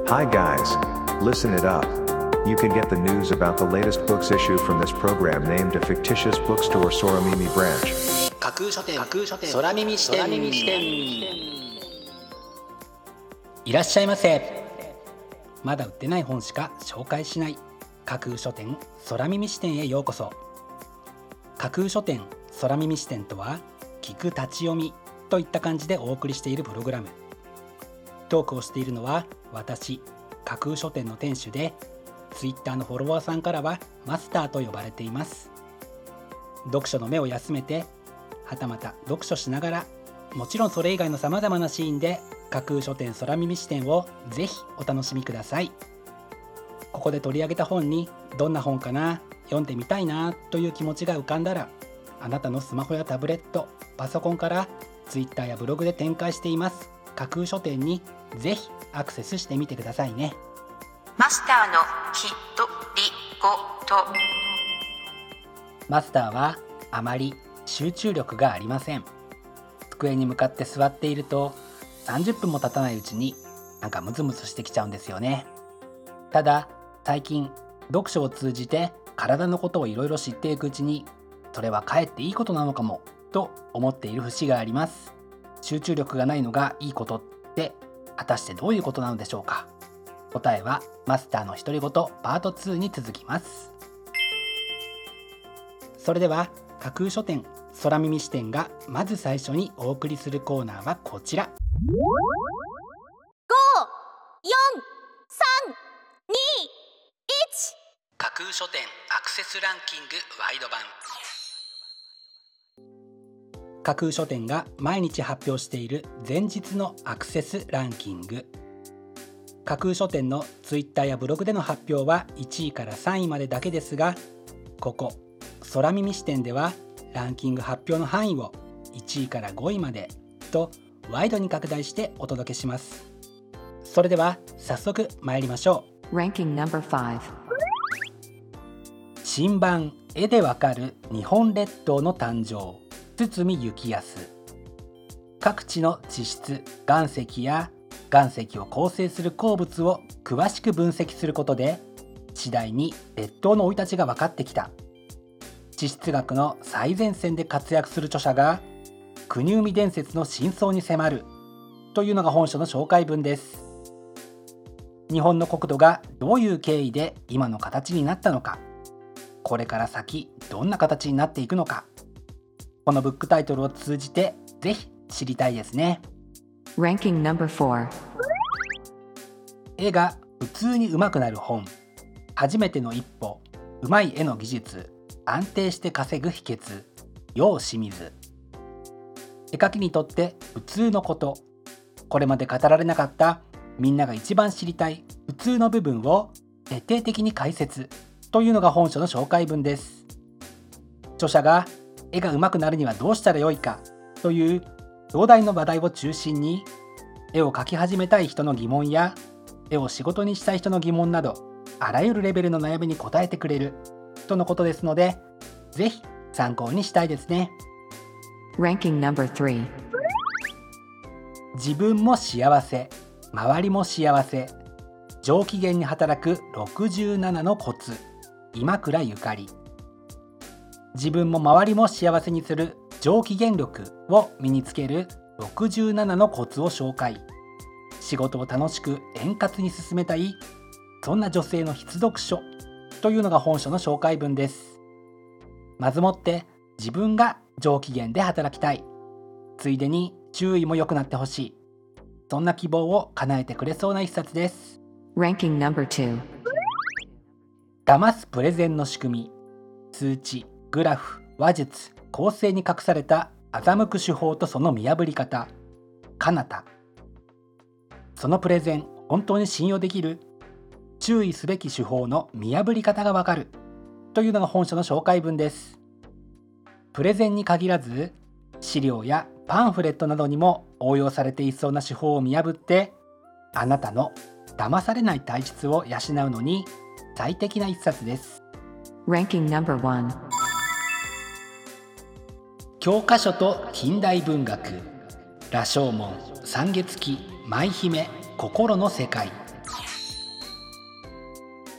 Hi guys, listen it up. You can get the news about the latest books issue from this program named a fictitious bookstore Soramimi branch. 架空書店空耳視点。いらっしゃいませ。まだ売ってない本しか紹介しない架空書店空耳視点へようこそ。架空書店空耳視点とは、聞く立ち読みといった感じでお送りしているプログラム。トークをしているのは私、架空書店の店主で、Twitter のフォロワーさんからはマスターと呼ばれています。読書の目を休めて、はたまた読書しながら、もちろんそれ以外のさまざまなシーンで架空書店空耳視点をぜひお楽しみください。ここで取り上げた本にどんな本かな、読んでみたいなという気持ちが浮かんだら、あなたのスマホやタブレット、パソコンから Twitter やブログで展開しています架空書店にぜひアクセスしてみてくださいね。 マスターのひとりごと。 マスターはあまり集中力がありません。机に向かって座っていると30分も経たないうちになんかムズムズしてきちゃうんですよね。ただ最近読書を通じて体のことをいろいろ知っていくうちに、それはかえっていいことなのかもと思っている節があります。集中力がないのがいいことって果たしてどういうことなのでしょうか。答えはマスターの独り言パート2に続きます。それでは架空書店空耳視点がまず最初にお送りするコーナーはこちら。5、4、3、2、1。架空書店アクセスランキングワイド版。架空書店が毎日発表している前日のアクセスランキング。架空書店のツイッターやブログでの発表は1位から3位までだけですが、ここ空耳視点ではランキング発表の範囲を1位から5位までとワイドに拡大してお届けします。それでは早速参りましょう。 Ranking No.5。 新版絵でわかる日本列島の誕生、堤幸康。各地の地質、岩石や岩石を構成する鉱物を詳しく分析することで、次第に列島の生い立ちが分かってきた。地質学の最前線で活躍する著者が国生み伝説の真相に迫るというのが本書の紹介文です。日本の国土がどういう経緯で今の形になったのか、これから先どんな形になっていくのか、このブックタイトルを通じてぜひ知りたいですね。 Ranking No.4。 絵が普通に上手くなる本、初めての一歩、うまい絵の技術、安定して稼ぐ秘訣、楊清水。絵描きにとって普通のこと、これまで語られなかったみんなが一番知りたい普通の部分を徹底的に解説というのが本書の紹介文です。著者が絵が上手くなるにはどうしたらよいかという壮大な話題を中心に、絵を描き始めたい人の疑問や絵を仕事にしたい人の疑問など、あらゆるレベルの悩みに答えてくれるとのことですので、ぜひ参考にしたいですね。 Ranking No.3。 自分も幸せ、周りも幸せ、上機嫌に働く67のコツ、今倉ゆかり。自分も周りも幸せにする上機嫌力を身につける67のコツを紹介。仕事を楽しく円滑に進めたい、そんな女性の必読書というのが本書の紹介文です。まずもって自分が上機嫌で働きたい、ついでに注意も良くなってほしい、そんな希望を叶えてくれそうな一冊です。 Ranking No.2。 騙すプレゼンの仕組み、数値、グラフ、話術、構成に隠された欺く手法とその見破り方、かなた。そのプレゼン本当に信用できる、注意すべき手法の見破り方がわかるというのが本書の紹介文です。プレゼンに限らず資料やパンフレットなどにも応用されていそうな手法を見破って、あなたの騙されない体質を養うのに最適な一冊です。 Ranking No.1。 教科書と近代文学、羅生門、三月期、舞姫、心の世界。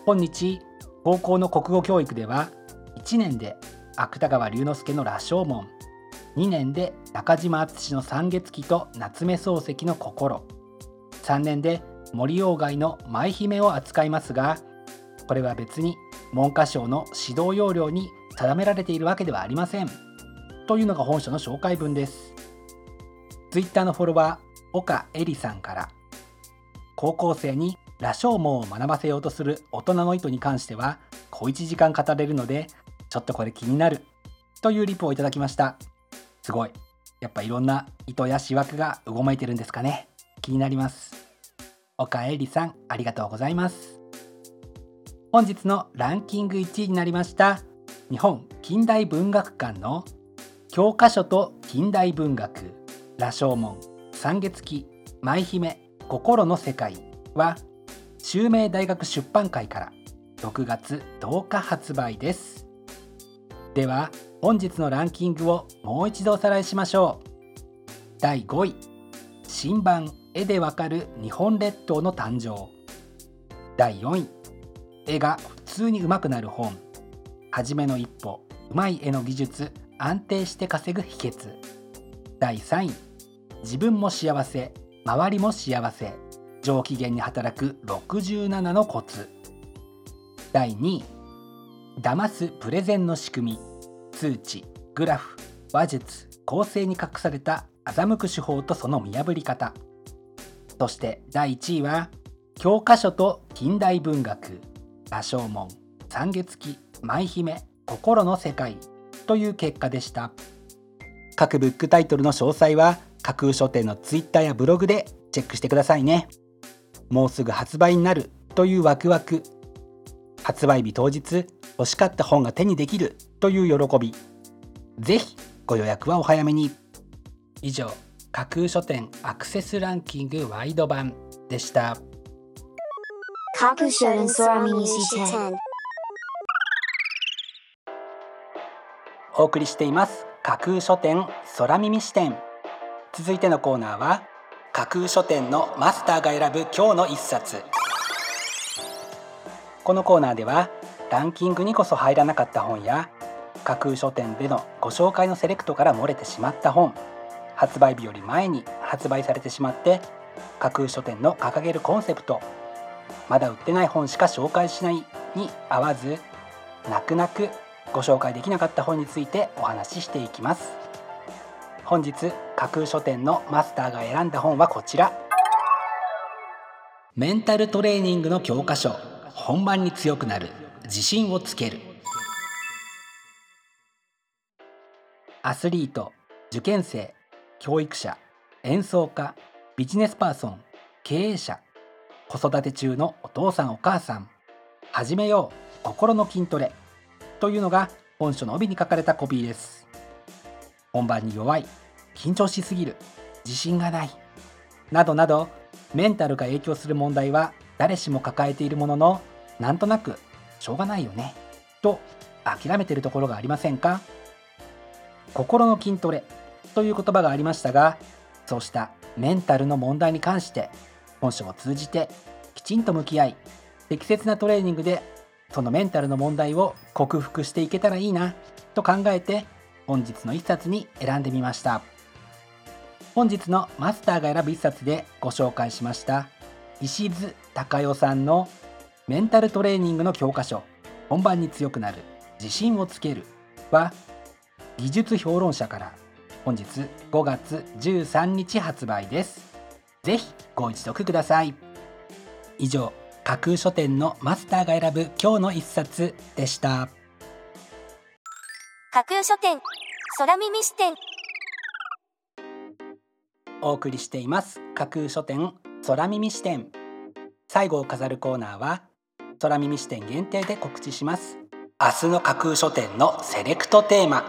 今日高校の国語教育では1年で芥川龍之介の羅生門、2年で中島敦の三月期と夏目漱石の心、3年で森鴎外の舞姫を扱いますが、これは別に文科省の指導要領に定められているわけではありませんというのが本書の紹介文です。ツイッターのフォロワー岡恵里さんから、高校生に羅生門を学ばせようとする大人の意図に関しては小1時間語れるのでちょっとこれ気になるというリプをいただきました。すごい、やっぱいろんな意図や思惑がうごめいてるんですかね。気になります。岡恵里さん、ありがとうございます。本日のランキング1位になりました日本近代文学館の教科書と近代文学羅生門、三月期、舞姫、心の世界は襲名大学出版会から6月10日発売です。では本日のランキングをもう一度おさらいしましょう。第5位、新版絵でわかる日本列島の誕生。第4位、絵が普通に上手くなる本、はじめの一歩、うまい絵の技術、安定して稼ぐ秘訣。第3位、自分も幸せ、周りも幸せ、上機嫌に働く67のコツ。第2位、騙すプレゼンの仕組み、数値、グラフ、話術、構成に隠された欺く手法とその見破り方。そして第1位は教科書と近代文学羅生門、三月期、舞姫、心の世界という結果でした。各ブックタイトルの詳細は架空書店のツイッターやブログでチェックしてくださいね。もうすぐ発売になるというワクワク、発売日当日欲しかった本が手にできるという喜び、ぜひご予約はお早めに。以上、架空書店アクセスランキングワイド版でした。 架空書店空耳視点。 お送りしています架空書店空耳視点。続いてのコーナーは架空書店のマスターが選ぶ今日の一冊。このコーナーではランキングにこそ入らなかった本や架空書店でのご紹介のセレクトから漏れてしまった本、発売日より前に発売されてしまって架空書店の掲げるコンセプト、まだ売ってない本しか紹介しないに合わず、泣く泣くご紹介できなかった本についてお話ししていきます。本日架空書店のマスターが選んだ本はこちら。メンタルトレーニングの教科書、本番に強くなる、自信をつける。アスリート、受験生、教育者、演奏家、ビジネスパーソン、経営者、子育て中のお父さんお母さん、始めよう心の筋トレというのが本書の帯に書かれたコピーです。本番に弱い、緊張しすぎる、自信がないなどなど、メンタルが影響する問題は誰しも抱えているものの、なんとなくしょうがないよねと諦めているところがありませんか。心の筋トレという言葉がありましたが、そうしたメンタルの問題に関して本書を通じてきちんと向き合い、適切なトレーニングでそのメンタルの問題を克服していけたらいいなと考えて本日の一冊に選んでみました。本日のマスターが選ぶ一冊でご紹介しました石津隆代さんのメンタルトレーニングの教科書、本番に強くなる、自信をつけるは技術評論者から本日5月13日発売です。ぜひご一読ください。以上、架空書店のマスターが選ぶ今日の一冊でした。 架空書店空耳視点。 お送りしています架空書店空耳視点。最後を飾るコーナーは空耳視点限定で告知します。明日の架空書店のセレクトテーマ。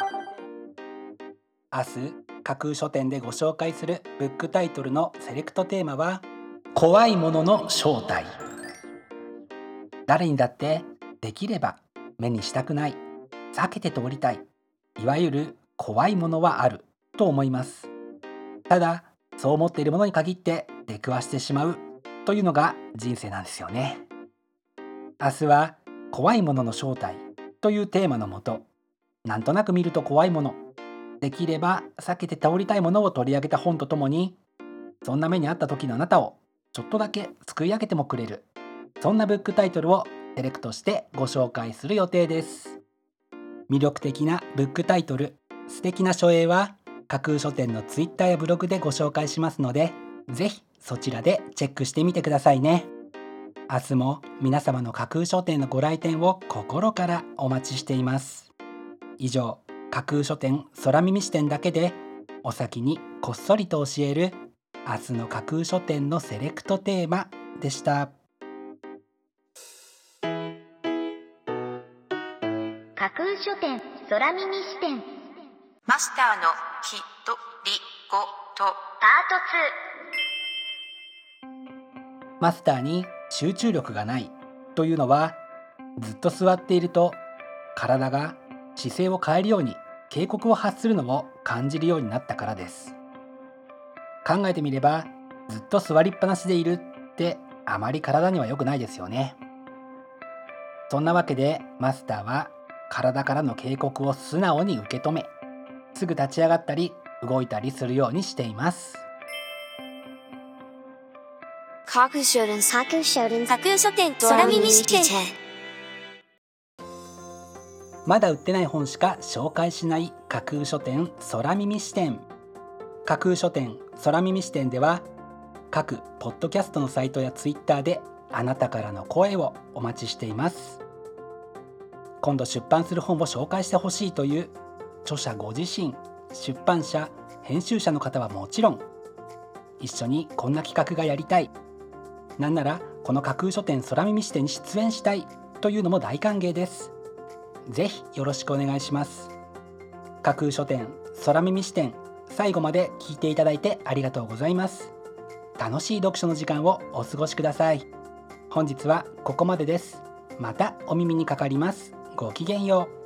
明日架空書店でご紹介するブックタイトルのセレクトテーマは、怖いものの正体。誰にだってできれば目にしたくない、避けて通りたい、いわゆる怖いものはあると思います。ただそう思っているものに限って出くわしてしまうというのが人生なんですよね。 明日は怖いものの正体というテーマのもと、なんとなく見ると怖いもの、できれば避けて通りたいものを取り上げた本とともに、そんな目にあった時のあなたをちょっとだけ救い上げてもくれる、そんなブックタイトルをセレクトしてご紹介する予定です。魅力的なブックタイトル、素敵な書影は架空書店のツイッターやブログでご紹介しますので、ぜひそちらでチェックしてみてくださいね。明日も皆様の架空書店のご来店を心からお待ちしています。以上、架空書店空耳視点だけでお先にこっそりと教える明日の架空書店のセレクトテーマでした。 架空書店空耳視点マスターのきとりごとパート2。 マスターに集中力がないというのは、ずっと座っていると体が姿勢を変えるように警告を発するのを感じるようになったからです。考えてみれば、ずっと座りっぱなしでいるってあまり体には良くないですよね。そんなわけでマスターは体からの警告を素直に受け止め、すぐ立ち上がったり動いたりするようにしています。 架空書店空耳視点。 まだ売ってない本しか紹介しない架空書店空耳視点。架空書店空耳視点では、各ポッドキャストのサイトやツイッターであなたからの声をお待ちしています。今度出版する本を紹介してほしいという著者ご自身、出版社、編集者の方はもちろん、一緒にこんな企画がやりたい、なんならこの架空書店空耳視点に出演したいというのも大歓迎です。ぜひよろしくお願いします。架空書店空耳視点、最後まで聞いていただいてありがとうございます。楽しい読書の時間をお過ごしください。本日はここまでです。またお耳にかかります。ごきげんよう。